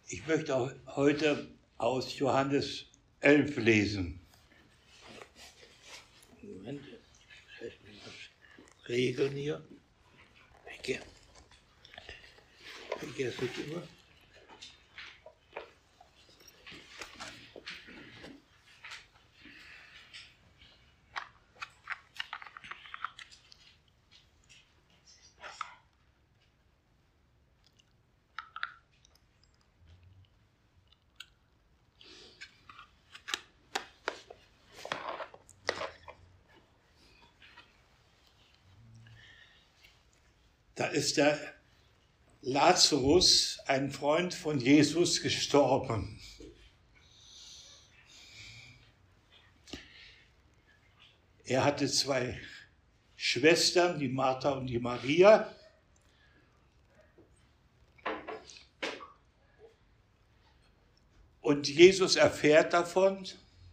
Ich möchte auch heute aus Johannes 11 lesen. Moment, ich muss das regeln hier. Ich vergesse es immer. Da ist der Lazarus, ein Freund von Jesus, gestorben. Er hatte 2 Schwestern, die Martha und die Maria. Und Jesus erfährt davon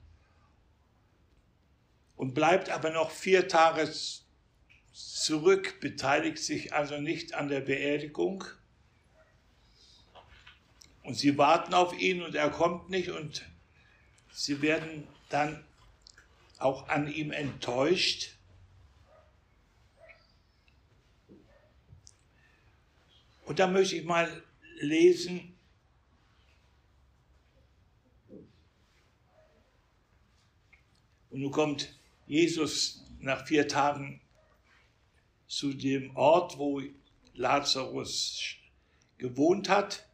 und bleibt aber noch 4 Tage zurück, beteiligt sich also nicht an der Beerdigung. Und sie warten auf ihn und er kommt nicht und sie werden dann auch an ihm enttäuscht. Und da möchte ich mal lesen, und nun kommt Jesus nach 4 Tagen zu dem Ort, wo Lazarus gewohnt hat.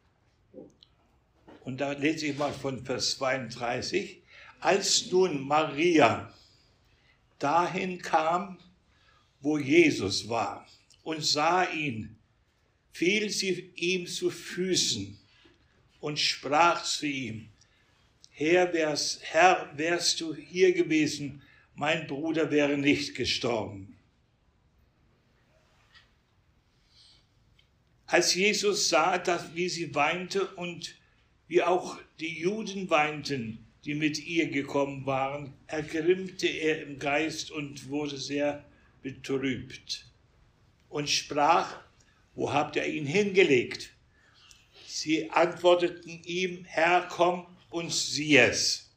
Und da lese ich mal von Vers 32. Als nun Maria dahin kam, wo Jesus war, und sah ihn, fiel sie ihm zu Füßen und sprach zu ihm: Herr, wärst du hier gewesen, mein Bruder wäre nicht gestorben. Als Jesus sah, wie sie weinte und wie auch die Juden weinten, die mit ihr gekommen waren, ergrimmte er im Geist und wurde sehr betrübt und sprach: Wo habt ihr ihn hingelegt? Sie antworteten ihm: Herr, komm und sieh es.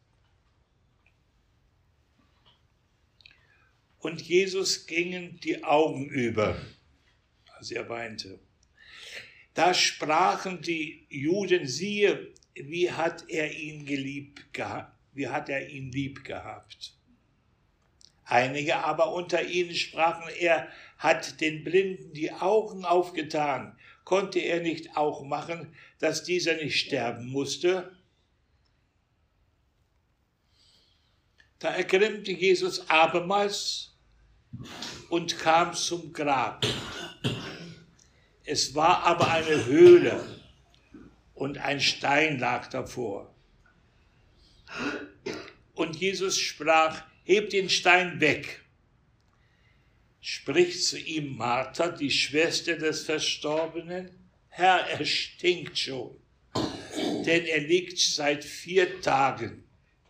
Und Jesus gingen die Augen über, als er weinte. Da sprachen die Juden: Siehe, wie hat er ihn lieb gehabt. Einige aber unter ihnen sprachen: Er hat den Blinden die Augen aufgetan. Konnte er nicht auch machen, dass dieser nicht sterben musste? Da ergrimmte Jesus abermals und kam zum Grab. Es war aber eine Höhle und ein Stein lag davor. Und Jesus sprach: Hebt den Stein weg. Spricht zu ihm Martha, die Schwester des Verstorbenen: Herr, er stinkt schon, denn er liegt seit 4 Tagen.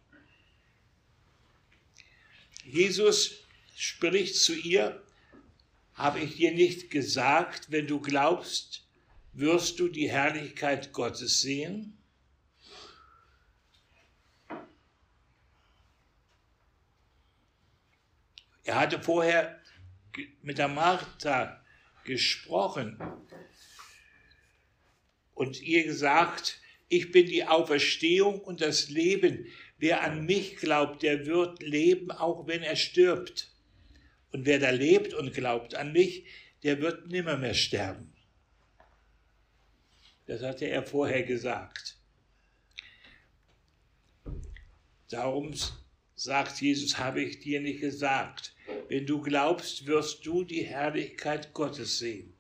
Jesus spricht zu ihr: Habe ich dir nicht gesagt, wenn du glaubst, wirst du die Herrlichkeit Gottes sehen? Er hatte vorher mit der Martha gesprochen und ihr gesagt: Ich bin die Auferstehung und das Leben. Wer an mich glaubt, der wird leben, auch wenn er stirbt. Und wer da lebt und glaubt an mich, der wird nimmermehr sterben. Das hatte er vorher gesagt. Darum sagt Jesus: Habe ich dir nicht gesagt, wenn du glaubst, wirst du die Herrlichkeit Gottes sehen.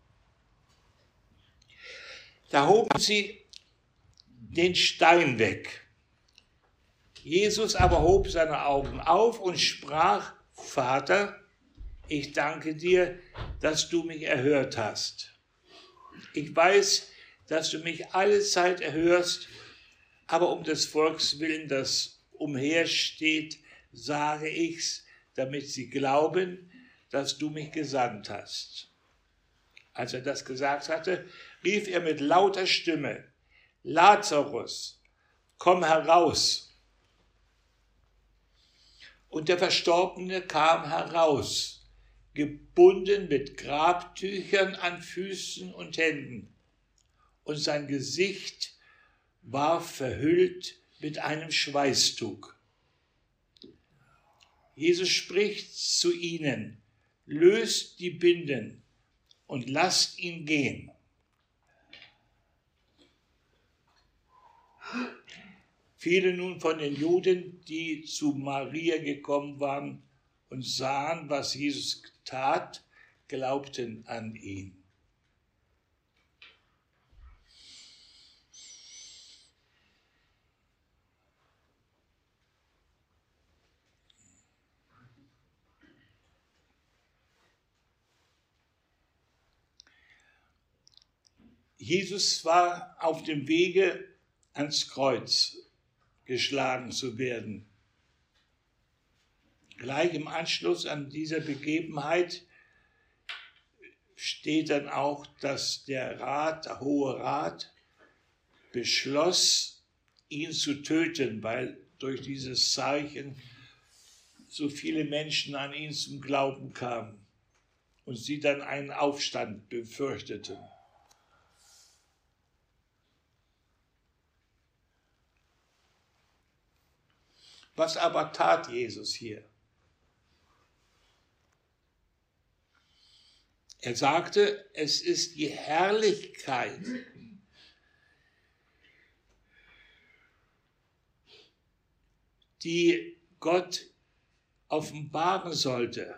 Da hoben sie den Stein weg. Jesus aber hob seine Augen auf und sprach: Vater, ich danke dir, dass du mich erhört hast. Ich weiß, dass du mich alle Zeit erhörst, aber um des Volks willen, das umhersteht, sage ich's, damit sie glauben, dass du mich gesandt hast. Als er das gesagt hatte, rief er mit lauter Stimme: Lazarus, komm heraus. Und der Verstorbene kam heraus, gebunden mit Grabtüchern an Füßen und Händen, und sein Gesicht war verhüllt mit einem Schweißtuch. Jesus spricht zu ihnen: Löst die Binden und lasst ihn gehen. Viele nun von den Juden, die zu Maria gekommen waren und sahen, was Jesus tat, glaubten an ihn. Jesus war auf dem Wege ans Kreuz geschlagen zu werden. Gleich im Anschluss an dieser Begebenheit steht dann auch, dass der Hohe Rat, beschloss, ihn zu töten, weil durch dieses Zeichen so viele Menschen an ihn zum Glauben kamen und sie dann einen Aufstand befürchteten. Was aber tat Jesus hier? Er sagte, es ist die Herrlichkeit, die Gott offenbaren sollte.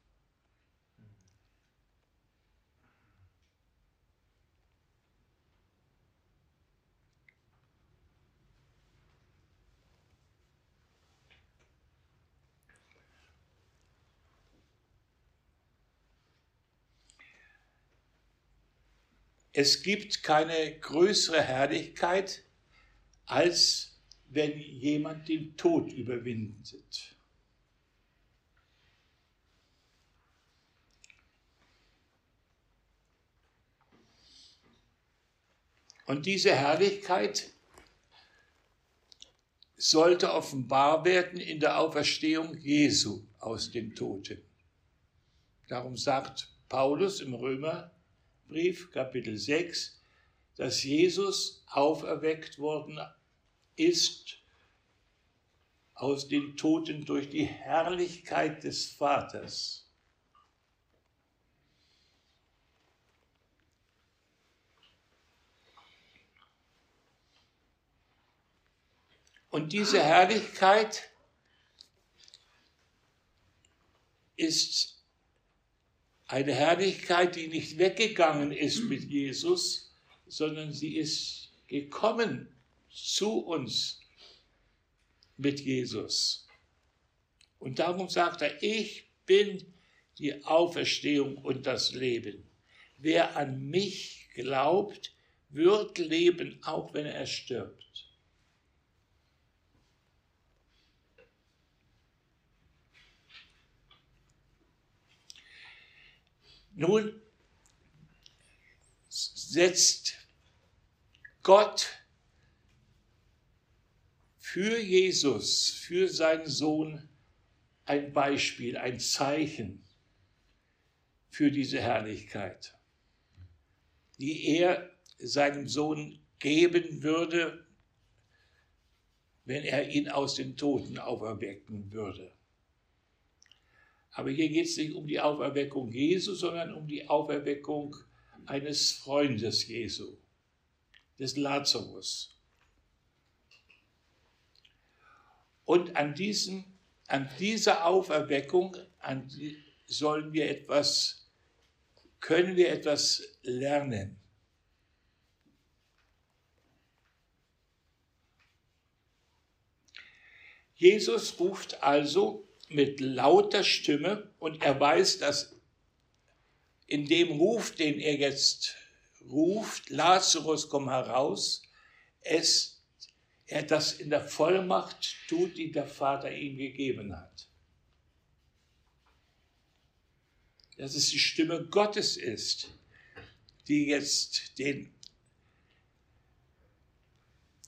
Es gibt keine größere Herrlichkeit, als wenn jemand den Tod überwindet. Und diese Herrlichkeit sollte offenbar werden in der Auferstehung Jesu aus den Toten. Darum sagt Paulus im Römerbrief, Kapitel 6, dass Jesus auferweckt worden ist aus den Toten durch die Herrlichkeit des Vaters. Und diese Herrlichkeit ist eine Herrlichkeit, die nicht weggegangen ist mit Jesus, sondern sie ist gekommen zu uns mit Jesus. Und darum sagt er, ich bin die Auferstehung und das Leben. Wer an mich glaubt, wird leben, auch wenn er stirbt. Nun setzt Gott für Jesus, für seinen Sohn ein Beispiel, ein Zeichen für diese Herrlichkeit, die er seinem Sohn geben würde, wenn er ihn aus den Toten auferwecken würde. Aber hier geht es nicht um die Auferweckung Jesu, sondern um die Auferweckung eines Freundes Jesu, des Lazarus. Und an dieser Auferweckung können wir etwas lernen. Jesus ruft also mit lauter Stimme, und er weiß, dass in dem Ruf, den er jetzt ruft, Lazarus, komm heraus, er das in der Vollmacht tut, die der Vater ihm gegeben hat. Dass es die Stimme Gottes ist, die jetzt den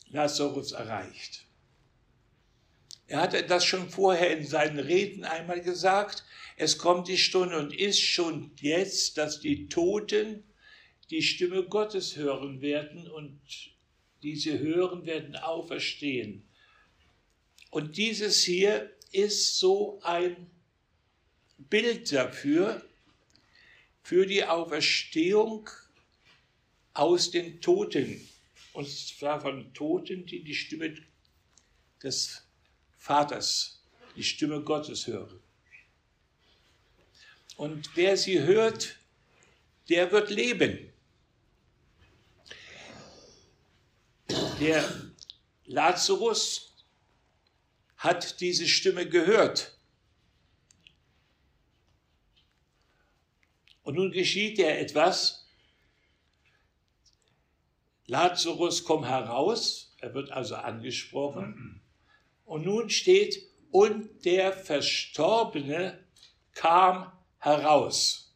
Lazarus erreicht. Er hatte das schon vorher in seinen Reden einmal gesagt. Es kommt die Stunde und ist schon jetzt, dass die Toten die Stimme Gottes hören werden und diese hören werden auferstehen. Und dieses hier ist so ein Bild dafür, für die Auferstehung aus den Toten. Und zwar von Toten, die die Stimme des Vaters, die Stimme Gottes hören. Und wer sie hört, der wird leben. Der Lazarus hat diese Stimme gehört. Und nun geschieht ja etwas. Lazarus, komm heraus. Er wird also angesprochen. Und nun steht, und der Verstorbene kam heraus.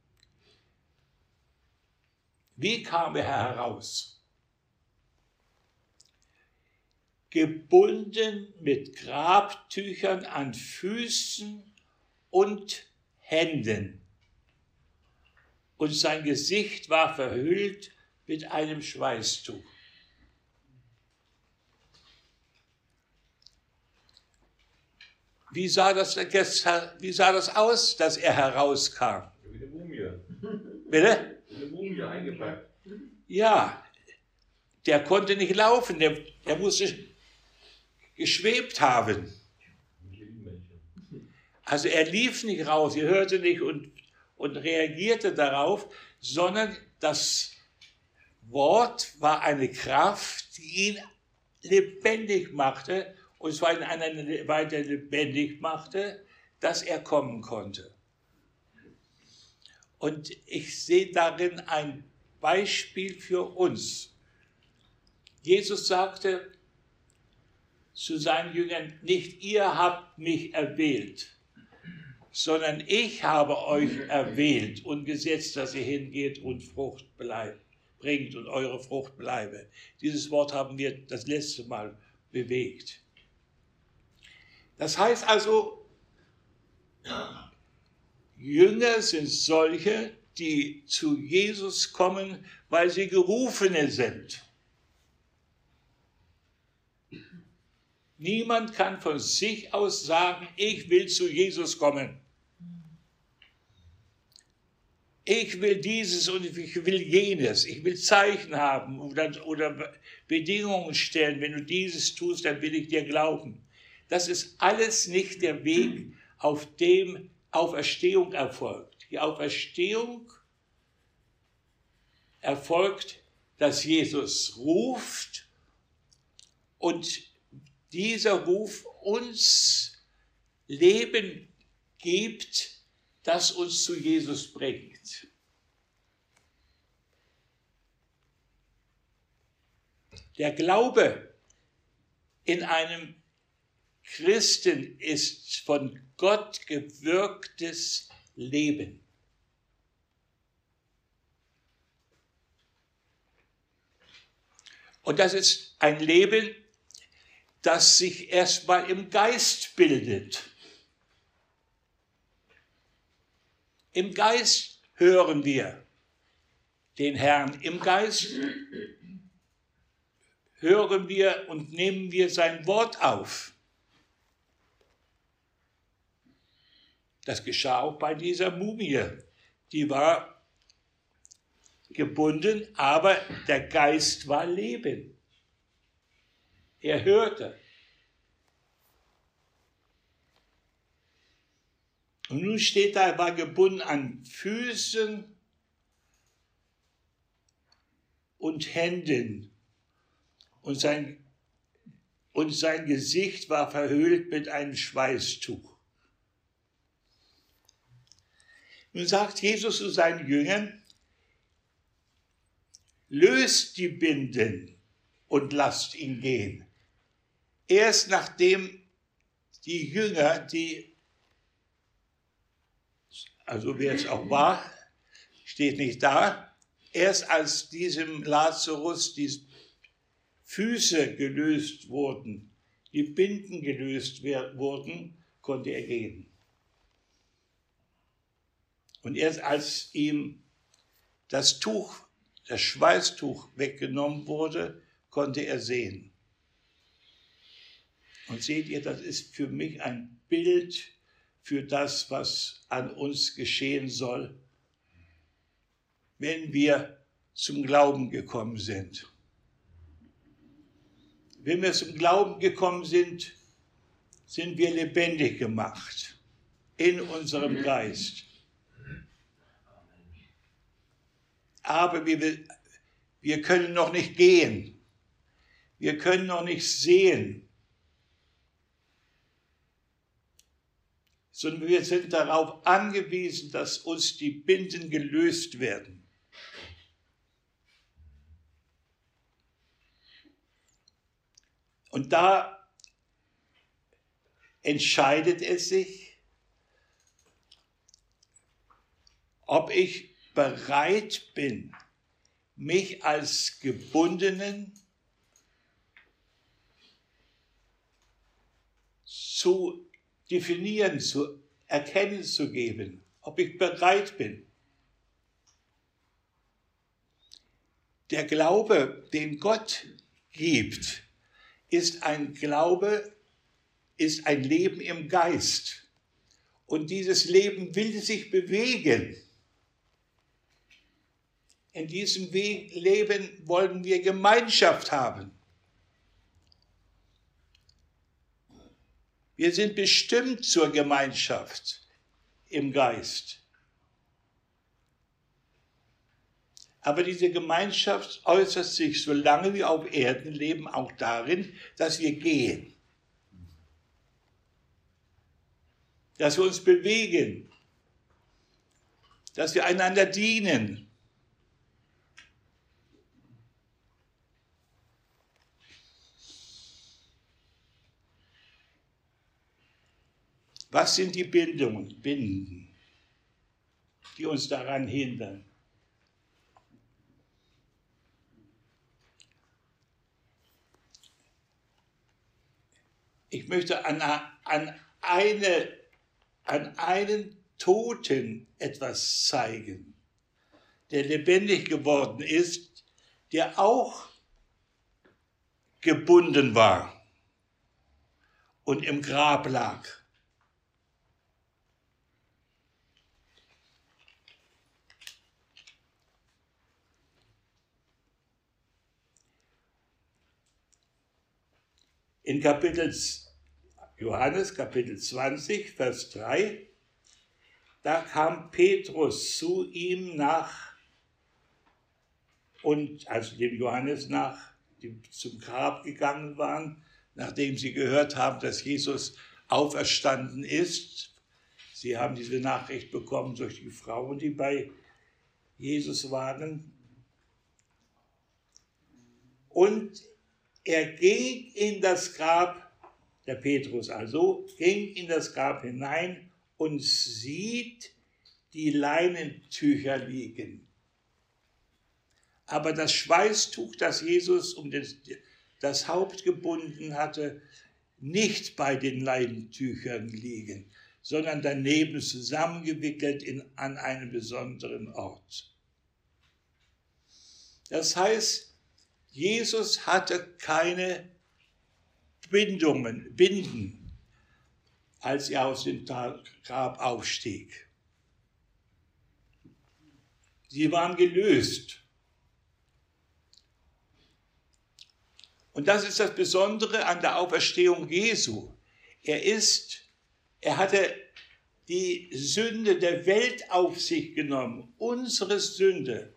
Wie kam er heraus? Gebunden mit Grabtüchern an Füßen und Händen. Und sein Gesicht war verhüllt mit einem Schweißtuch. Wie sah das aus, dass er herauskam? Wie eine Mumie. Bitte? Wie eine Mumie eingepackt. Ja, der konnte nicht laufen, der musste geschwebt haben. Also er lief nicht raus, er hörte nicht und reagierte darauf, sondern das Wort war eine Kraft, die ihn lebendig machte, und zwar in einer weiter lebendig machte, dass er kommen konnte. Und ich sehe darin ein Beispiel für uns. Jesus sagte zu seinen Jüngern, nicht ihr habt mich erwählt, sondern ich habe euch erwählt und gesetzt, dass ihr hingeht und Frucht bringt und eure Frucht bleibe. Dieses Wort haben wir das letzte Mal bewegt. Das heißt also, Jünger sind solche, die zu Jesus kommen, weil sie Gerufene sind. Niemand kann von sich aus sagen, ich will zu Jesus kommen. Ich will dieses und ich will jenes. Ich will Zeichen haben oder Bedingungen stellen. Wenn du dieses tust, dann will ich dir glauben. Das ist alles nicht der Weg, auf dem Auferstehung erfolgt. Die Auferstehung erfolgt, dass Jesus ruft und dieser Ruf uns Leben gibt, das uns zu Jesus bringt. Der Glaube in einem Christen ist von Gott gewirktes Leben. Und das ist ein Leben, das sich erstmal im Geist bildet. Im Geist hören wir den Herrn. Im Geist hören wir und nehmen wir sein Wort auf. Das geschah auch bei dieser Mumie. Die war gebunden, aber der Geist war Leben. Er hörte. Und nun steht da, er war gebunden an Füßen und Händen. Und sein Gesicht war verhüllt mit einem Schweißtuch. Nun sagt Jesus zu seinen Jüngern, löst die Binden und lasst ihn gehen. Erst nachdem die Jünger, also wer es auch war, steht nicht da, erst als diesem Lazarus die Füße gelöst wurden, die Binden gelöst wurden, konnte er gehen. Und erst als ihm das Schweißtuch weggenommen wurde, konnte er sehen. Und seht ihr, das ist für mich ein Bild für das, was an uns geschehen soll, wenn wir zum Glauben gekommen sind. Wenn wir zum Glauben gekommen sind, sind wir lebendig gemacht in unserem Geist. Aber wir können noch nicht gehen. Wir können noch nicht sehen. Sondern wir sind darauf angewiesen, dass uns die Binden gelöst werden. Und da entscheidet es sich, ob ich bereit bin, mich als Gebundenen zu definieren, zu erkennen zu geben, ob ich bereit bin. Der Glaube, den Gott gibt, ist ein Glaube, ist ein Leben im Geist. Und dieses Leben will sich bewegen. In diesem Leben wollen wir Gemeinschaft haben. Wir sind bestimmt zur Gemeinschaft im Geist. Aber diese Gemeinschaft äußert sich, solange wir auf Erden leben, auch darin, dass wir gehen. Dass wir uns bewegen. Dass wir einander dienen. Was sind die Binden, die uns daran hindern? Ich möchte an einen Toten etwas zeigen, der lebendig geworden ist, der auch gebunden war und im Grab lag. In Johannes Kapitel 20, Vers 3, da kam Petrus zu ihm also dem Johannes die zum Grab gegangen waren, nachdem sie gehört haben, dass Jesus auferstanden ist. Sie haben diese Nachricht bekommen durch die Frauen, die bei Jesus waren. Und er ging in das Grab, der Petrus also, ging in das Grab hinein und sieht die Leinentücher liegen. Aber das Schweißtuch, das Jesus um das Haupt gebunden hatte, nicht bei den Leinentüchern liegen, sondern daneben zusammengewickelt an einem besonderen Ort. Das heißt, Jesus hatte keine Binden, als er aus dem Grab aufstieg. Sie waren gelöst. Und das ist das Besondere an der Auferstehung Jesu. Er hatte die Sünde der Welt auf sich genommen, unsere Sünde,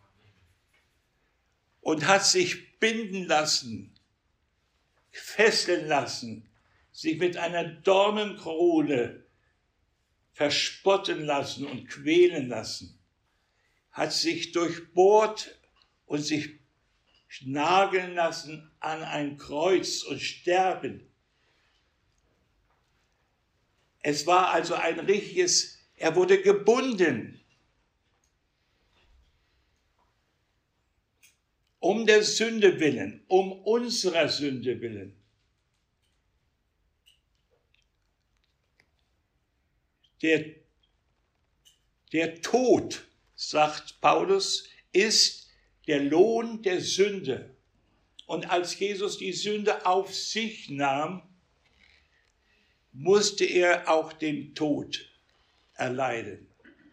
und hat sich binden lassen, fesseln lassen, sich mit einer Dornenkrone verspotten lassen und quälen lassen, hat sich durchbohrt und sich nageln lassen an ein Kreuz und sterben. Es war also er wurde gebunden. um der Sünde willen, um unserer Sünde willen. Der Tod, sagt Paulus, ist der Lohn der Sünde. Und als Jesus die Sünde auf sich nahm, musste er auch den Tod erleiden.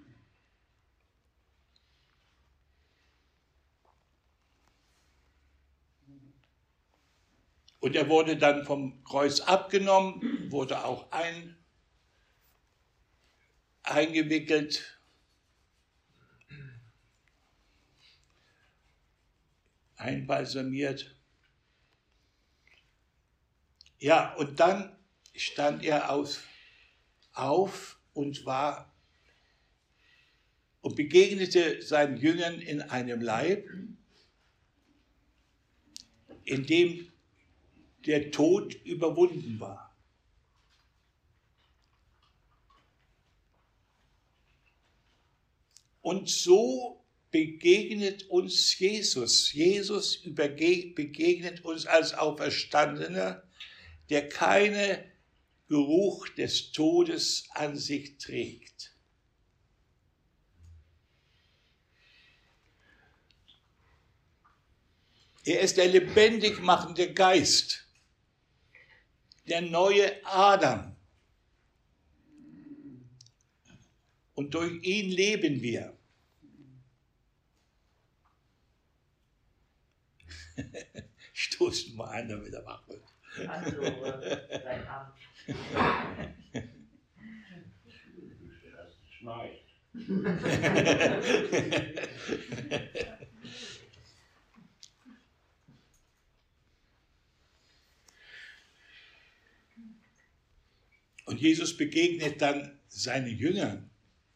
Und er wurde dann vom Kreuz abgenommen, wurde auch eingewickelt. Einbalsamiert. Ja, und dann stand er auf und begegnete seinen Jüngern in einem Leib, in dem der Tod überwunden war. Und so begegnet uns Jesus. Jesus begegnet uns als Auferstandener, der keinen Geruch des Todes an sich trägt. Er ist der lebendig machende Geist, der neue Adam. Und durch ihn leben wir. Stoßen mal an, damit er wach wird. Also, dein Arm. Es schneit. Und Jesus begegnet dann seinen Jüngern.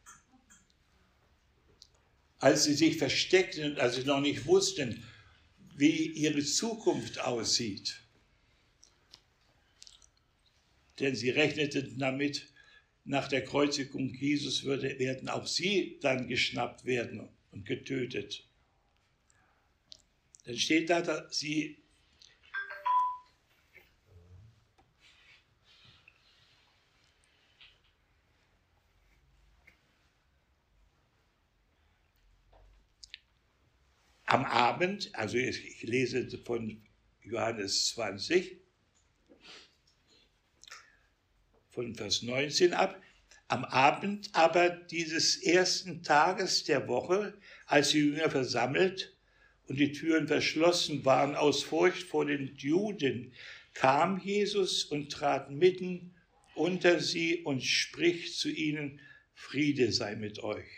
Als sie sich versteckten und als sie noch nicht wussten, wie ihre Zukunft aussieht. Denn sie rechneten damit, nach der Kreuzigung Jesus werden auch sie dann geschnappt werden und getötet. Dann steht da, dass sie am Abend, also ich lese von Johannes 20, von Vers 19 ab, am Abend aber dieses ersten Tages der Woche, als die Jünger versammelt und die Türen verschlossen waren aus Furcht vor den Juden, kam Jesus und trat mitten unter sie und spricht zu ihnen, Friede sei mit euch.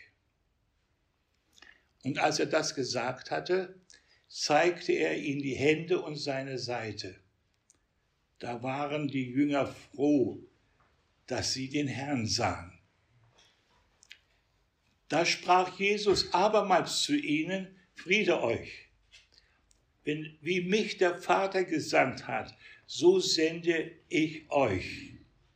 Und als er das gesagt hatte, zeigte er ihnen die Hände und seine Seite. Da waren die Jünger froh, dass sie den Herrn sahen. Da sprach Jesus abermals zu ihnen, Friede euch. Wie mich der Vater gesandt hat, so sende ich euch.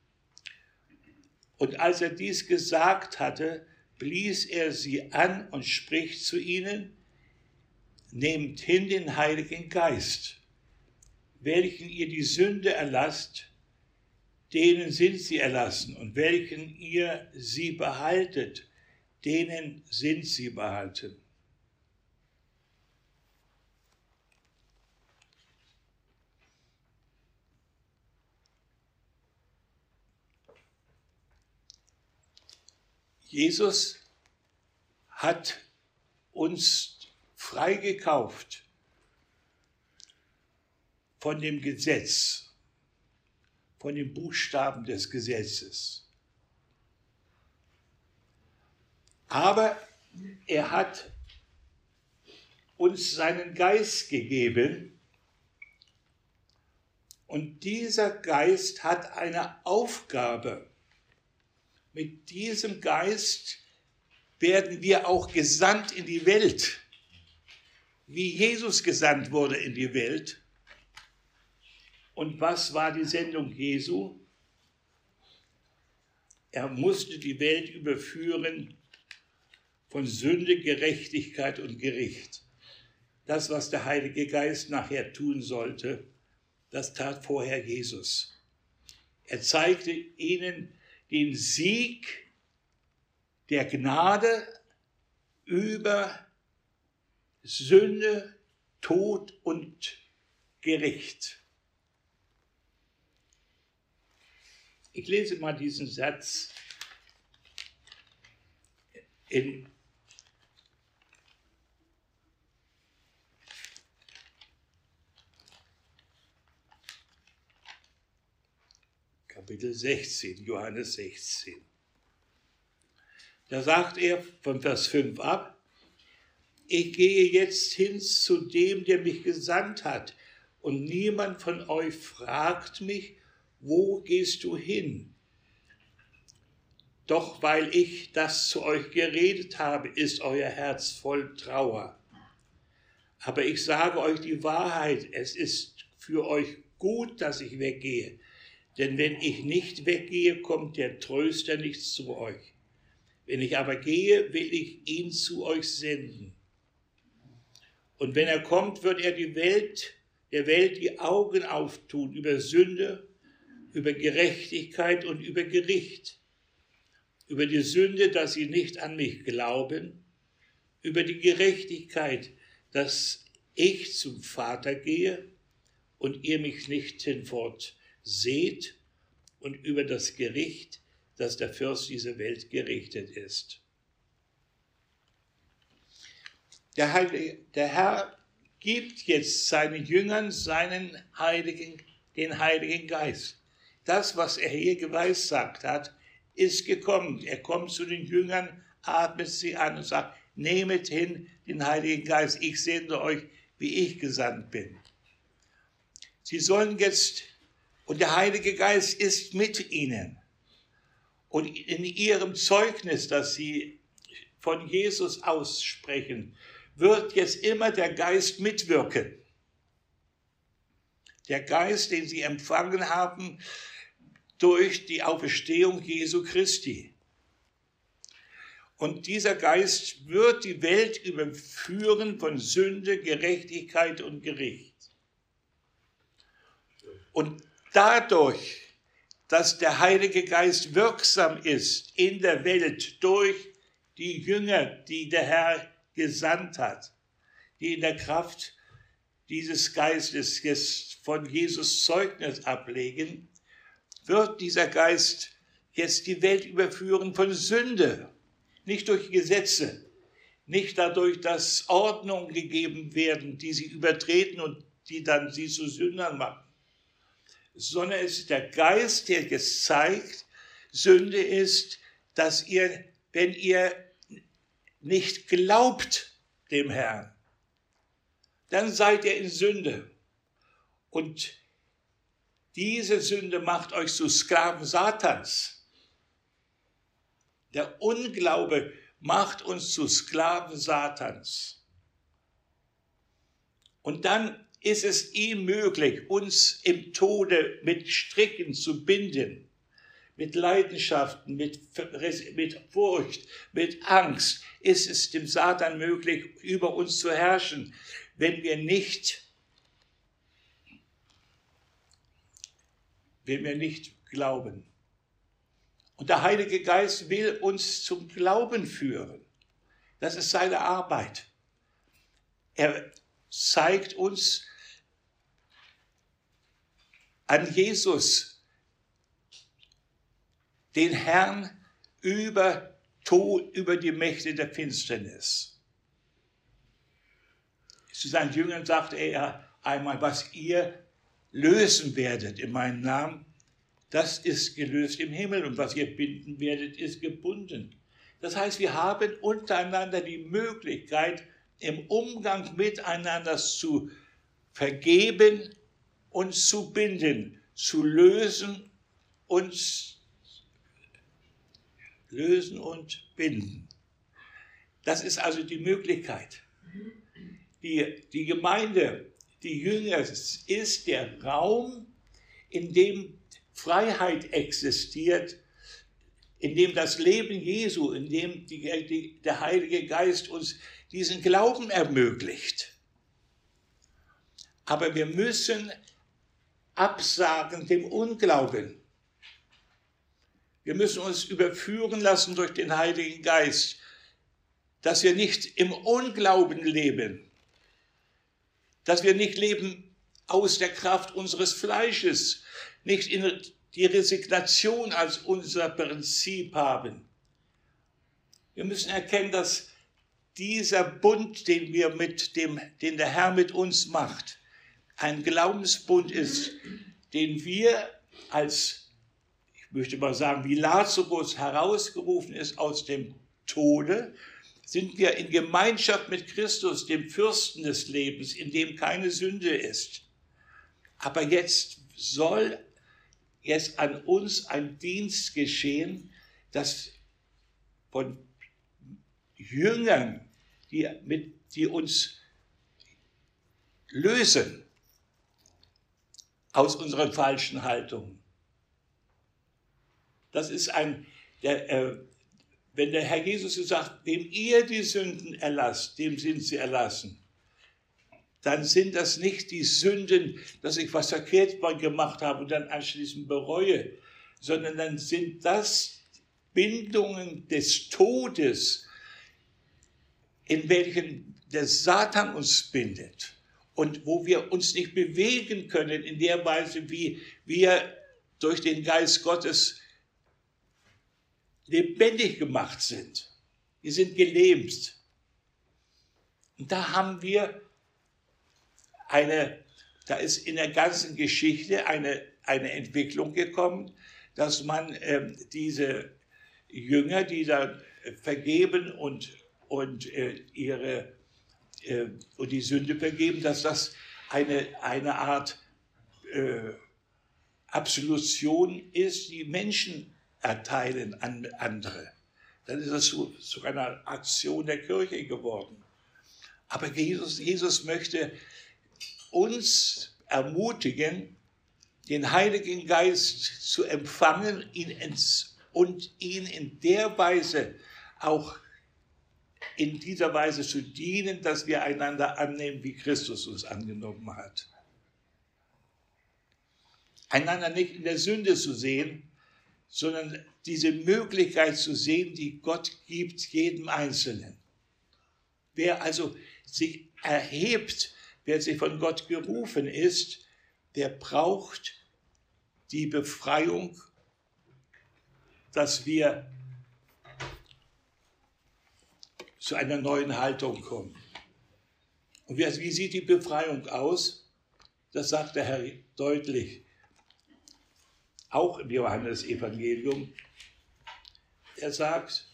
Und als er dies gesagt hatte, blies er sie an und spricht zu ihnen, nehmt hin den Heiligen Geist, welchen ihr die Sünde erlasst, denen sind sie erlassen, und welchen ihr sie behaltet, denen sind sie behalten. Jesus hat uns freigekauft von dem Gesetz, von den Buchstaben des Gesetzes. Aber er hat uns seinen Geist gegeben und dieser Geist hat eine Aufgabe. Mit diesem Geist werden wir auch gesandt in die Welt, wie Jesus gesandt wurde in die Welt. Und was war die Sendung Jesu? Er musste die Welt überführen von Sünde, Gerechtigkeit und Gericht. Das, was der Heilige Geist nachher tun sollte, das tat vorher Jesus. Er zeigte ihnen den Sieg der Gnade über Sünde, Tod und Gericht. Ich lese mal diesen Satz in Kapitel 16, Johannes 16. Da sagt er von Vers 5 ab: Ich gehe jetzt hin zu dem, der mich gesandt hat, und niemand von euch fragt mich, wo gehst du hin? Doch weil ich das zu euch geredet habe, ist euer Herz voll Trauer. Aber ich sage euch die Wahrheit, es ist für euch gut, dass ich weggehe. Denn wenn ich nicht weggehe, kommt der Tröster nicht zu euch. Wenn ich aber gehe, will ich ihn zu euch senden. Und wenn er kommt, wird er der Welt die Augen auftun über Sünde, über Gerechtigkeit und über Gericht. Über die Sünde, dass sie nicht an mich glauben, über die Gerechtigkeit, dass ich zum Vater gehe und ihr mich nicht hinfort seht, und über das Gericht, dass der Fürst dieser Welt gerichtet ist. Der Herr gibt jetzt seinen Jüngern den Heiligen Geist. Das, was er hier geweissagt hat, ist gekommen. Er kommt zu den Jüngern, atmet sie an und sagt: Nehmet hin den Heiligen Geist, ich sende euch, wie ich gesandt bin. Sie sollen jetzt, und der Heilige Geist ist mit ihnen. Und in ihrem Zeugnis, das sie von Jesus aussprechen, wird jetzt immer der Geist mitwirken. Der Geist, den sie empfangen haben durch die Auferstehung Jesu Christi. Und dieser Geist wird die Welt überführen von Sünde, Gerechtigkeit und Gericht. Und dadurch, dass der Heilige Geist wirksam ist in der Welt durch die Jünger, die der Herr gesandt hat, die in der Kraft dieses Geistes jetzt von Jesus Zeugnis ablegen, wird dieser Geist jetzt die Welt überführen von Sünde, nicht durch Gesetze, nicht dadurch, dass Ordnungen gegeben werden, die sie übertreten und die dann sie zu Sündern machen, sondern es ist der Geist, der gezeigt, Sünde ist, dass ihr, wenn ihr nicht glaubt dem Herrn, dann seid ihr in Sünde. Und diese Sünde macht euch zu Sklaven Satans. Der Unglaube macht uns zu Sklaven Satans. Und dann ist es ihm möglich, uns im Tode mit Stricken zu binden, mit Leidenschaften, mit Furcht, mit Angst, ist es dem Satan möglich, über uns zu herrschen, wenn wir nicht glauben. Und der Heilige Geist will uns zum Glauben führen. Das ist seine Arbeit. Er zeigt uns an Jesus, den Herrn über die Mächte der Finsternis. Zu seinen Jüngern sagte er einmal: Was ihr lösen werdet in meinem Namen, das ist gelöst im Himmel, und was ihr binden werdet, ist gebunden. Das heißt, wir haben untereinander die Möglichkeit, im Umgang miteinander zu vergeben und zu binden, zu lösen und binden. Das ist also die Möglichkeit. Die Gemeinde, die Jünger, ist der Raum, in dem Freiheit existiert, in dem das Leben Jesu, in dem der Heilige Geist uns diesen Glauben ermöglicht. Aber wir müssen absagen dem Unglauben. Wir müssen uns überführen lassen durch den Heiligen Geist, dass wir nicht im Unglauben leben, dass wir nicht leben aus der Kraft unseres Fleisches, nicht in die Resignation als unser Prinzip haben. Wir müssen erkennen, dass dieser Bund, den der Herr mit uns macht, ein Glaubensbund ist, den wir als, ich möchte mal sagen, wie Lazarus herausgerufen ist aus dem Tode, sind wir in Gemeinschaft mit Christus, dem Fürsten des Lebens, in dem keine Sünde ist. Aber jetzt soll an uns ein Dienst geschehen, dass von Jüngern, die uns lösen aus unseren falschen Haltungen. Das ist wenn der Herr Jesus sagt, wem ihr die Sünden erlasst, dem sind sie erlassen, dann sind das nicht die Sünden, dass ich was verkehrt gemacht habe und dann anschließend bereue, sondern dann sind das Bindungen des Todes, in welchen der Satan uns bindet und wo wir uns nicht bewegen können in der Weise, wie wir durch den Geist Gottes lebendig gemacht sind. Wir sind gelähmt. Und da haben wir da ist in der ganzen Geschichte eine Entwicklung gekommen, dass man diese Jünger, die da vergeben und die Sünde vergeben, dass das eine Art Absolution ist, die Menschen erteilen an andere. Dann ist es zu einer Aktion der Kirche geworden. Aber Jesus möchte uns ermutigen, den Heiligen Geist zu empfangen und ihn in der Weise auch in dieser Weise zu dienen, dass wir einander annehmen, wie Christus uns angenommen hat. Einander nicht in der Sünde zu sehen, sondern diese Möglichkeit zu sehen, die Gott gibt jedem Einzelnen. Wer also sich erhebt, wer sich von Gott gerufen ist, der braucht die Befreiung, dass wir zu einer neuen Haltung kommen. Und wie sieht die Befreiung aus? Das sagt der Herr deutlich. Auch im Johannesevangelium. Er sagt,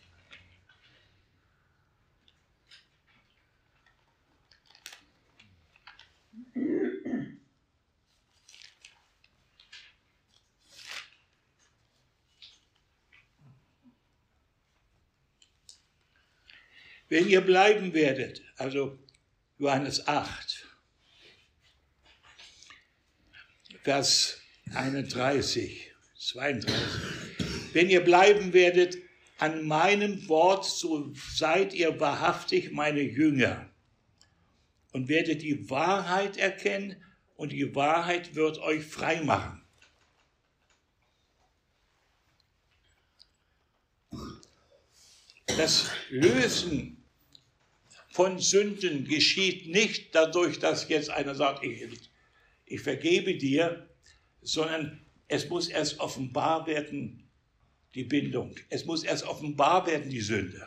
wenn ihr bleiben werdet, also Johannes 8, Vers 31, 32, wenn ihr bleiben werdet an meinem Wort, so seid ihr wahrhaftig meine Jünger und werdet die Wahrheit erkennen und die Wahrheit wird euch frei machen. Das Lösen von Sünden geschieht nicht dadurch, dass jetzt einer sagt, ich vergebe dir, sondern es muss erst offenbar werden, die Bindung. Es muss erst offenbar werden, die Sünde.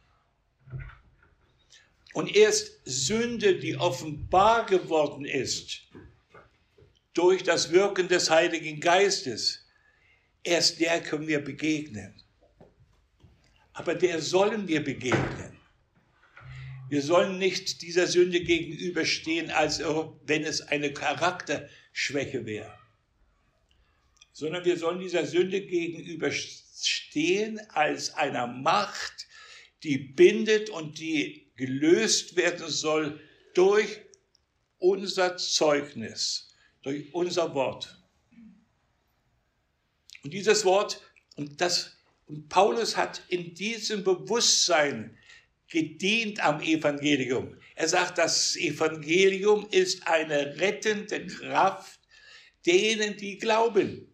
Und erst Sünde, die offenbar geworden ist, durch das Wirken des Heiligen Geistes, erst der können wir begegnen. Aber der sollen wir begegnen. Wir sollen nicht dieser Sünde gegenüberstehen, als wenn es eine Charakterschwäche wäre, sondern wir sollen dieser Sünde gegenüberstehen als einer Macht, die bindet und die gelöst werden soll durch unser Zeugnis, durch unser Wort. Und dieses Wort, und Paulus hat in diesem Bewusstsein gedient am Evangelium. Er sagt, das Evangelium ist eine rettende Kraft denen, die glauben.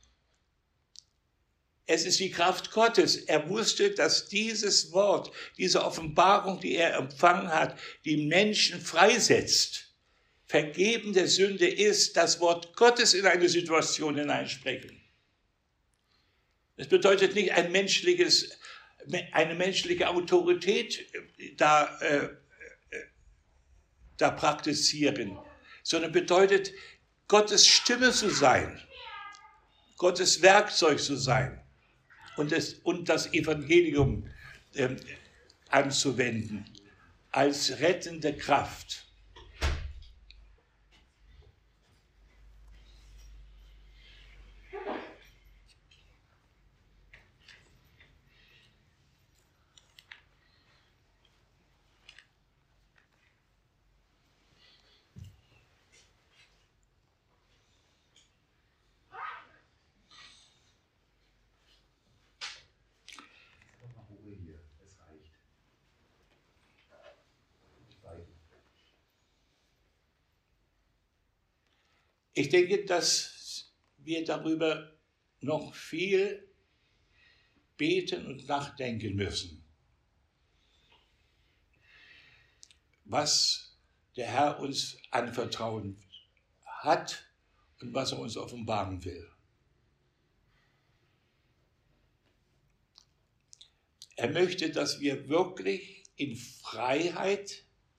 Es ist die Kraft Gottes. Er wusste, dass dieses Wort, diese Offenbarung, die er empfangen hat, die Menschen freisetzt. Vergeben der Sünde ist das Wort Gottes in eine Situation hineinsprechen. Das bedeutet nicht eine menschliche Autorität da praktizieren, sondern bedeutet, Gottes Stimme zu sein, Gottes Werkzeug zu sein und das Evangelium anzuwenden als rettende Kraft. Ich denke, dass wir darüber noch viel beten und nachdenken müssen, was der Herr uns anvertrauen hat und was er uns offenbaren will. Er möchte, dass wir wirklich in Freiheit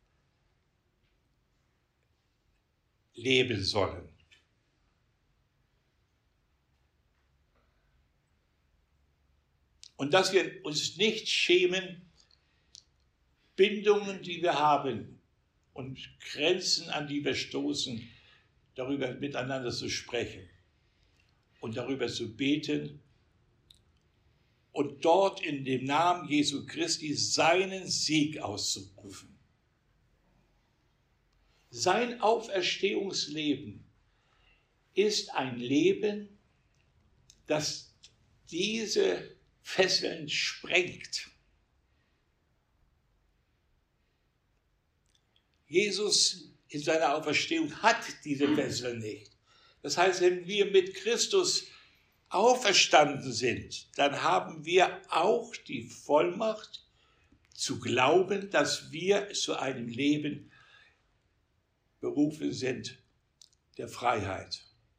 leben sollen. Und dass wir uns nicht schämen, Bindungen, die wir haben und Grenzen, an die wir stoßen, darüber miteinander zu sprechen und darüber zu beten und dort in dem Namen Jesu Christi seinen Sieg auszurufen. Sein Auferstehungsleben ist ein Leben, das diese Fesseln sprengt. Jesus in seiner Auferstehung hat diese Fesseln nicht. Das heißt, wenn wir mit Christus auferstanden sind, dann haben wir auch die Vollmacht zu glauben, dass wir zu einem Leben berufen sind der Freiheit.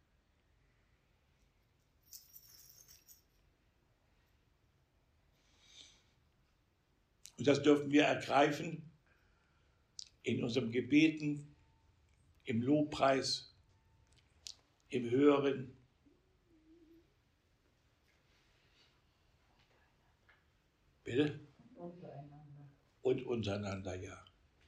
Und das dürfen wir ergreifen in unserem Gebeten, im Lobpreis, im Hören. Bitte? Untereinander. Und untereinander, ja.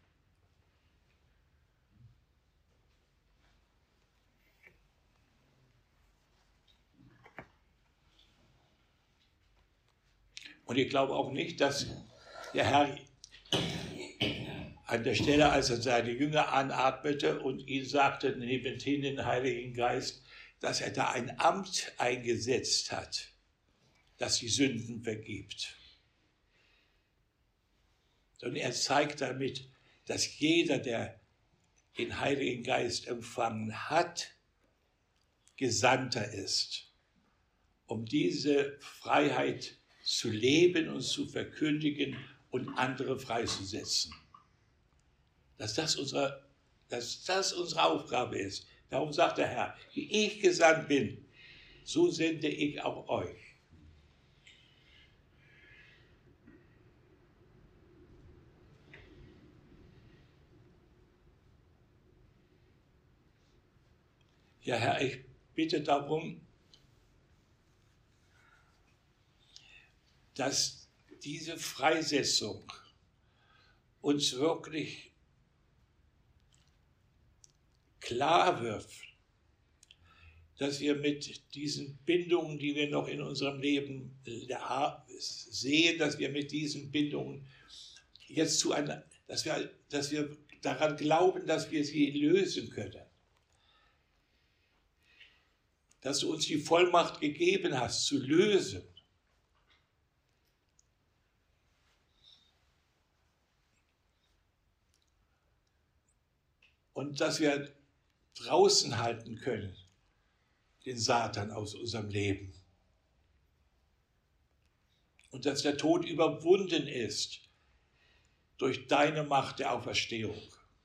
Und ich glaube auch nicht, dass der Herr an der Stelle, als er seine Jünger anatmete und ihnen sagte, nehmt hin den Heiligen Geist, dass er da ein Amt eingesetzt hat, das die Sünden vergibt. Sondern er zeigt damit, dass jeder, der den Heiligen Geist empfangen hat, Gesandter ist, um diese Freiheit zu leben und zu verkündigen und andere freizusetzen. Dass das unsere Aufgabe ist. Darum sagt der Herr, wie ich gesandt bin, so sende ich auch euch. Ja, Herr, ich bitte darum, dass diese Freisetzung uns wirklich klar wird, dass wir mit diesen Bindungen, die wir noch in unserem Leben sehen, dass wir mit diesen Bindungen jetzt dass wir daran glauben, dass wir sie lösen können. Dass du uns die Vollmacht gegeben hast, zu lösen. Und dass wir draußen halten können, den Satan aus unserem Leben. Und dass der Tod überwunden ist durch deine Macht der Auferstehung.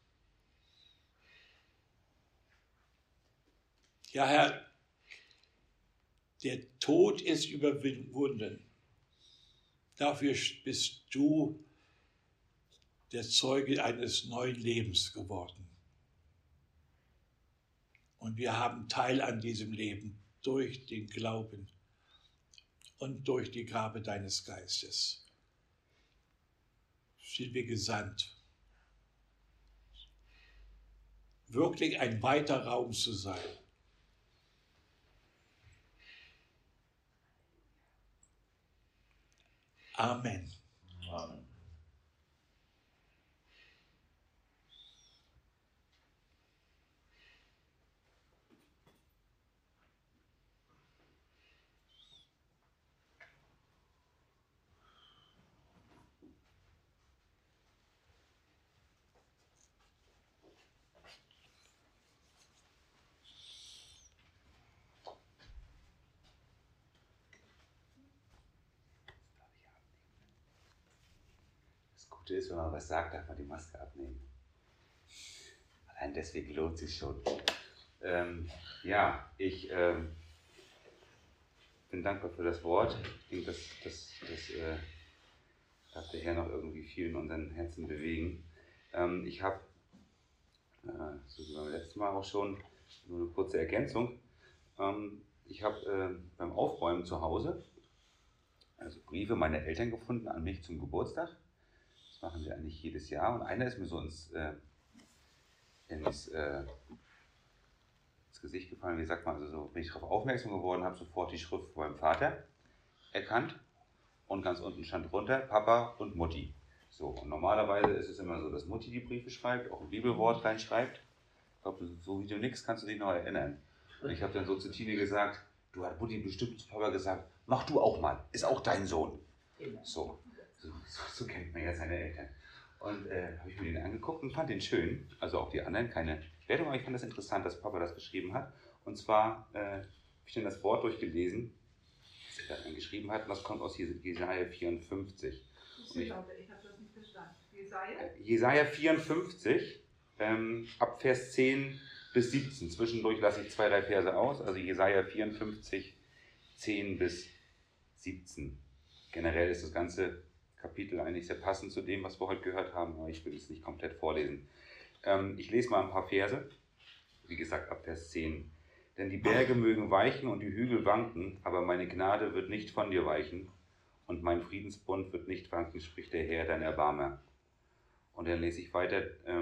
Ja, Herr, der Tod ist überwunden. Dafür bist du der Zeuge eines neuen Lebens geworden. Und wir haben Teil an diesem Leben durch den Glauben und durch die Gabe deines Geistes. Sind wir gesandt, wirklich ein weiter Raum zu sein. Amen. Amen. Das Gute ist, wenn man was sagt, darf man die Maske abnehmen. Allein deswegen lohnt es sich schon. Ich bin dankbar für das Wort. Ich denke, das darf der Herr noch irgendwie viel in unseren Herzen bewegen. Ich habe, so wie beim letzten Mal auch schon, nur eine kurze Ergänzung. Ich habe beim Aufräumen zu Hause also Briefe meiner Eltern gefunden an mich zum Geburtstag. Das machen wir eigentlich jedes Jahr. Und einer ist mir so ins Gesicht gefallen. Wie sagt man, also so bin ich darauf aufmerksam geworden, habe sofort die Schrift von meinem Vater erkannt. Und ganz unten stand drunter Papa und Mutti. So, und normalerweise ist es immer so, dass Mutti die Briefe schreibt, auch ein Bibelwort reinschreibt. Ich glaube, so wie du nix kannst du dich noch erinnern. Und ich habe dann so zu Tine gesagt, du hast Mutti bestimmt zu Papa gesagt, mach du auch mal, ist auch dein Sohn. So kennt man ja seine Eltern. Und habe ich mir den angeguckt und fand den schön, also auch die anderen, keine Wertung, aber ich fand das interessant, dass Papa das geschrieben hat. Und zwar habe ich dann das Wort durchgelesen, was er dann geschrieben hat, und das kommt aus Jesaja 54. Ich habe das nicht verstanden. Jesaja 54, ab Vers 10 bis 17. Zwischendurch lasse ich 2, 3 Verse aus. Also Jesaja 54, 10 bis 17. Generell ist das ganze Kapitel eigentlich sehr passend zu dem, was wir heute gehört haben, aber ich will es nicht komplett vorlesen. Ich lese mal ein paar Verse. Wie gesagt, ab Vers 10. Denn die Berge mögen weichen und die Hügel wanken, aber meine Gnade wird nicht von dir weichen und mein Friedensbund wird nicht wanken, spricht der Herr, dein Erbarmer. Und dann lese ich weiter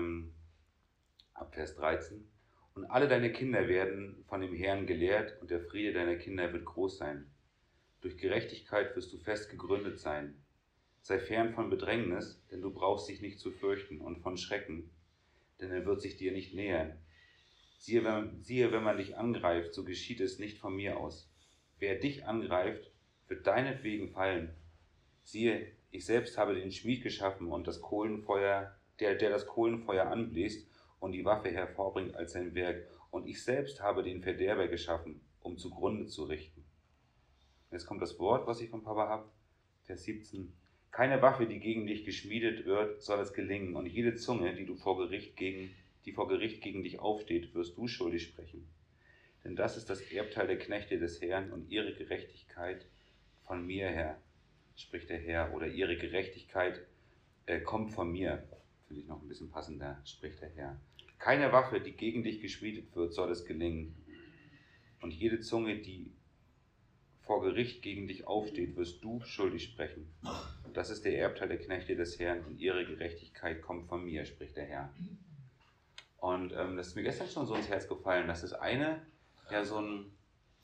ab Vers 13. Und alle deine Kinder werden von dem Herrn gelehrt und der Friede deiner Kinder wird groß sein. Durch Gerechtigkeit wirst du fest gegründet sein. Sei fern von Bedrängnis, denn du brauchst dich nicht zu fürchten, und von Schrecken, denn er wird sich dir nicht nähern. Siehe, wenn man dich angreift, so geschieht es nicht von mir aus. Wer dich angreift, wird deinetwegen fallen. Siehe, ich selbst habe den Schmied geschaffen und das Kohlenfeuer, der das Kohlenfeuer anbläst und die Waffe hervorbringt als sein Werk. Und ich selbst habe den Verderber geschaffen, um zugrunde zu richten. Jetzt kommt das Wort, was ich von Papa habe, Vers 17. Keine Waffe, die gegen dich geschmiedet wird, soll es gelingen, und jede Zunge, die vor Gericht gegen dich aufsteht, wirst du schuldig sprechen. Denn das ist das Erbteil der Knechte des Herrn und ihre Gerechtigkeit von mir her, spricht der Herr, oder ihre Gerechtigkeit kommt von mir. Finde ich noch ein bisschen passender, spricht der Herr. Keine Waffe, die gegen dich geschmiedet wird, soll es gelingen. Und jede Zunge, die vor Gericht gegen dich aufsteht, wirst du schuldig sprechen. Das ist der Erbteil der Knechte des Herrn und ihre Gerechtigkeit kommt von mir, spricht der Herr. Und das ist mir gestern schon so ins Herz gefallen. Das ist so ein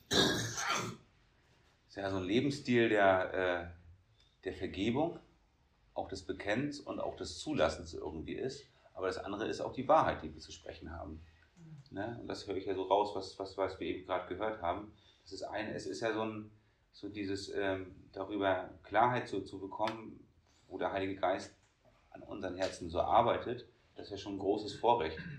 Lebensstil der Vergebung, auch des Bekennens und auch des Zulassens irgendwie ist. Aber das andere ist auch die Wahrheit, die wir zu sprechen haben. Ne? Und das höre ich ja so raus, was wir eben gerade gehört haben. Es ist ja so dieses darüber Klarheit zu bekommen, wo der Heilige Geist an unseren Herzen so arbeitet. Das ist ja schon ein großes Vorrecht. Ich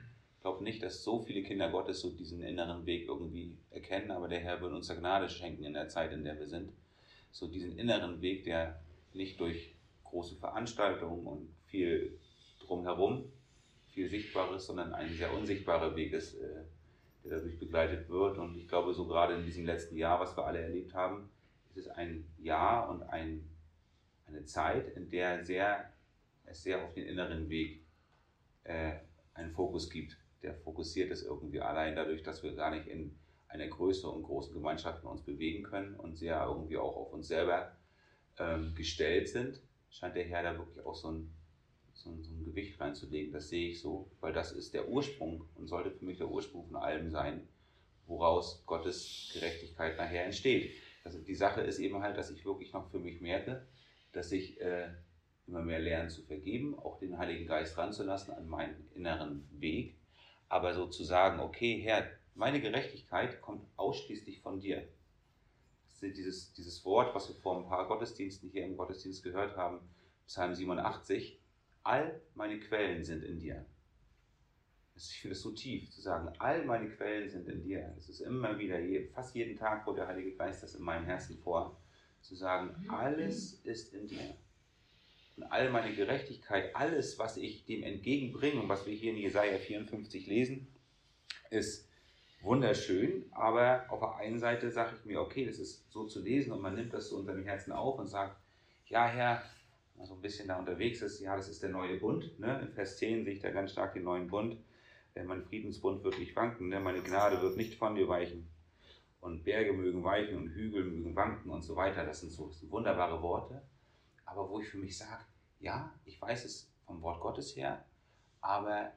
glaube nicht, dass so viele Kinder Gottes so diesen inneren Weg irgendwie erkennen, aber der Herr wird uns Gnade schenken in der Zeit, in der wir sind. So diesen inneren Weg, der nicht durch große Veranstaltungen und viel drumherum, viel Sichtbares, sondern ein sehr unsichtbarer Weg ist, der dadurch begleitet wird. Und ich glaube, so gerade in diesem letzten Jahr, was wir alle erlebt haben, ist es ein Jahr und eine Zeit, in der es sehr auf den inneren Weg einen Fokus gibt, der fokussiert ist irgendwie allein dadurch, dass wir gar nicht in einer Größe und großen Gemeinschaft uns bewegen können und sehr irgendwie auch auf uns selber gestellt sind, scheint der Herr da wirklich auch so ein Gewicht reinzulegen. Das sehe ich so, weil das ist der Ursprung und sollte für mich der Ursprung von allem sein, woraus Gottes Gerechtigkeit nachher entsteht. Also die Sache ist eben halt, dass ich wirklich noch für mich merke, dass ich immer mehr lernen zu vergeben, auch den Heiligen Geist ranzulassen an meinen inneren Weg, aber so zu sagen, okay, Herr, meine Gerechtigkeit kommt ausschließlich von dir. Dieses Wort, was wir vor ein paar Gottesdiensten hier im Gottesdienst gehört haben, Psalm 87, all meine Quellen sind in dir. Ich finde es so tief, zu sagen, all meine Quellen sind in dir. Es ist immer wieder, fast jeden Tag holt der Heilige Geist das in meinem Herzen vor, zu sagen, alles ist in dir. Und all meine Gerechtigkeit, alles, was ich dem entgegenbringe und was wir hier in Jesaja 54 lesen, ist wunderschön, aber auf der einen Seite sage ich mir, okay, das ist so zu lesen und man nimmt das so unter dem Herzen auf und sagt, ja Herr, wenn man so ein bisschen da unterwegs ist, ja, das ist der neue Bund. Ne? In Vers 10 sehe ich da ganz stark den neuen Bund. Mein Friedensbund wird nicht wanken, ne? Meine Gnade wird nicht von dir weichen. Und Berge mögen weichen und Hügel mögen wanken und so weiter. Das sind wunderbare Worte. Aber wo ich für mich sage, ja, ich weiß es vom Wort Gottes her, aber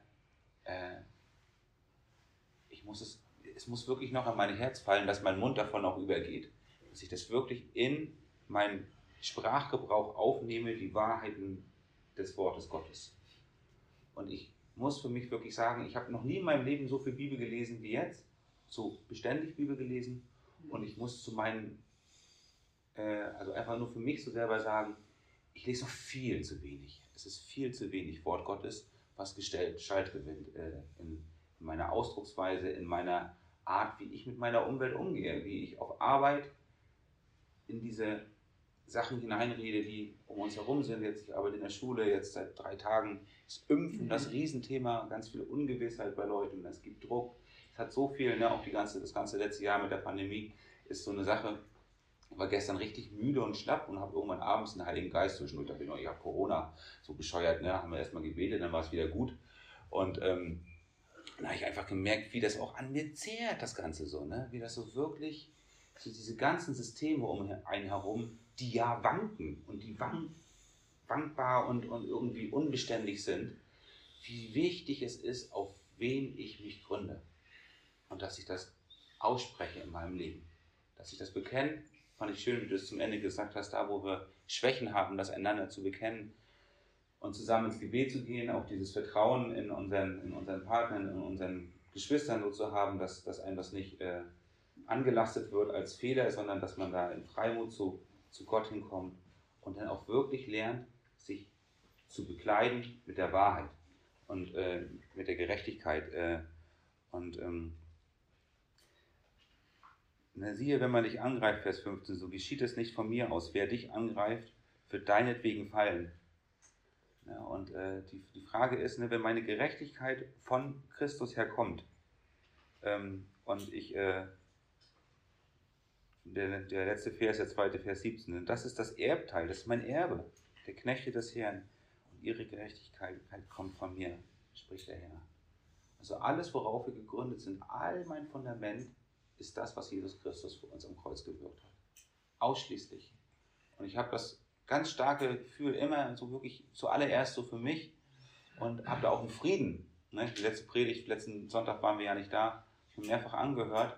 es muss wirklich noch an mein Herz fallen, dass mein Mund davon auch übergeht. Dass ich das wirklich in meinen Sprachgebrauch aufnehme, die Wahrheiten des Wortes Gottes. Und ich muss für mich wirklich sagen, ich habe noch nie in meinem Leben so viel Bibel gelesen wie jetzt, so beständig Bibel gelesen, und ich muss zu meinen, also einfach nur für mich so selber sagen, ich lese noch viel zu wenig. Es ist viel zu wenig Wort Gottes, was Gestalt gewinnt in meiner Ausdrucksweise, in meiner Art, wie ich mit meiner Umwelt umgehe, wie ich auf Arbeit in diese Sachen hineinrede, die um uns herum sind. Jetzt, ich arbeite in der Schule, jetzt seit 3 Tagen ist Impfen das Riesenthema, ganz viel Ungewissheit bei Leuten, es gibt Druck. Es hat so viel, ne, auch das ganze letzte Jahr mit der Pandemie ist so eine Sache. Ich war gestern richtig müde und schlapp und habe irgendwann abends den Heiligen Geist zwischendurch. Da bin ich habe Corona, so bescheuert, ne? Haben wir erstmal gebetet, dann war es wieder gut. Und dann habe ich einfach gemerkt, wie das auch an mir zehrt, das Ganze so, ne? Wie das so wirklich, so diese ganzen Systeme um einen herum, die ja wanken und die wankbar und irgendwie unbeständig sind, wie wichtig es ist, auf wen ich mich gründe. Und dass ich das ausspreche in meinem Leben. Dass ich das bekenne. Fand ich schön, wie du es zum Ende gesagt hast, da wo wir Schwächen haben, das einander zu bekennen und zusammen ins Gebet zu gehen, auch dieses Vertrauen in unseren Partnern, in unseren Geschwistern so zu haben, dass einem das nicht angelastet wird als Fehler, sondern dass man da in Freimut zu Gott hinkommt und dann auch wirklich lernt, sich zu bekleiden mit der Wahrheit und mit der Gerechtigkeit. Siehe, wenn man dich angreift, Vers 15, so geschieht es nicht von mir aus. Wer dich angreift, wird deinetwegen fallen. Ja, und die Frage ist, ne, wenn meine Gerechtigkeit von Christus herkommt und ich, der letzte Vers, der 2. Vers 17, das ist das Erbteil, das ist mein Erbe, der Knechte des Herrn. Und ihre Gerechtigkeit kommt von mir, spricht der Herr. Also alles, worauf wir gegründet sind, all mein Fundament, ist das, was Jesus Christus für uns am Kreuz gewirkt hat. Ausschließlich. Und ich habe das ganz starke Gefühl immer so wirklich zuallererst so für mich und habe da auch einen Frieden. Ne? Die letzte Predigt, letzten Sonntag waren wir ja nicht da. Ich habe mehrfach angehört,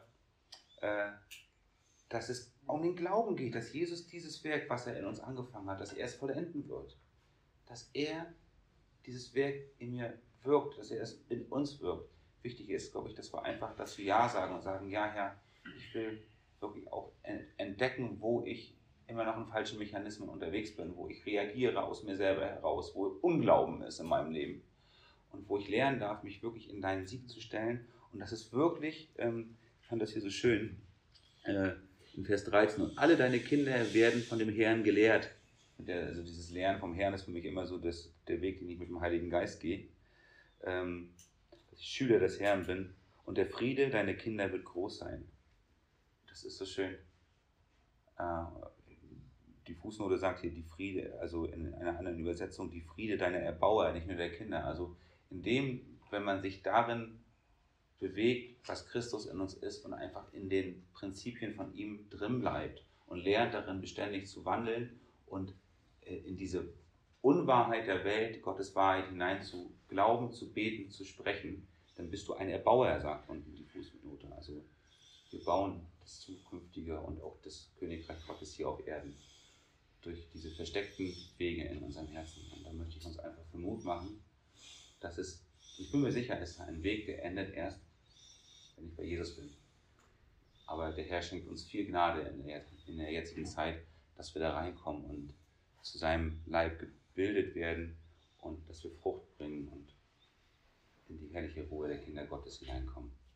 dass es um den Glauben geht, dass Jesus dieses Werk, was er in uns angefangen hat, dass er es vollenden wird. Dass er dieses Werk in mir wirkt, dass er es in uns wirkt. Wichtig ist, glaube ich, dass wir einfach dazu Ja sagen und sagen, ja Herr, ich will wirklich auch entdecken, wo ich immer noch in falschen Mechanismen unterwegs bin, wo ich reagiere aus mir selber heraus, wo Unglauben ist in meinem Leben. und wo ich lernen darf, mich wirklich in deinen Sieg zu stellen. Und das ist wirklich, ich fand das hier so schön, in Vers 13, und alle deine Kinder werden von dem Herrn gelehrt. Also dieses Lernen vom Herrn ist für mich immer so der Weg, den ich mit dem Heiligen Geist gehe, dass ich Schüler des Herrn bin, und der Friede deiner Kinder wird groß sein. Das ist so schön. Die Fußnote sagt hier, die Friede, also in einer anderen Übersetzung, die Friede deiner Erbauer, nicht nur der Kinder. Also wenn man sich darin bewegt, was Christus in uns ist, und einfach in den Prinzipien von ihm drin bleibt und lernt darin beständig zu wandeln und in diese Unwahrheit der Welt, Gottes Wahrheit hinein zu glauben, zu beten, zu sprechen, dann bist du ein Erbauer, sagt unten die Fußnote. Also wir bauen das Zukünftige und auch das Königreich Gottes hier auf Erden durch diese versteckten Wege in unserem Herzen. Und da möchte ich uns einfach für Mut machen, dass ich bin mir sicher, es ist ein Weg, der endet erst, wenn ich bei Jesus bin. Aber der Herr schenkt uns viel Gnade in der jetzigen Zeit, dass wir da reinkommen und zu seinem Leib gebildet werden und dass wir Frucht bringen und in die herrliche Ruhe der Kinder Gottes hineinkommen.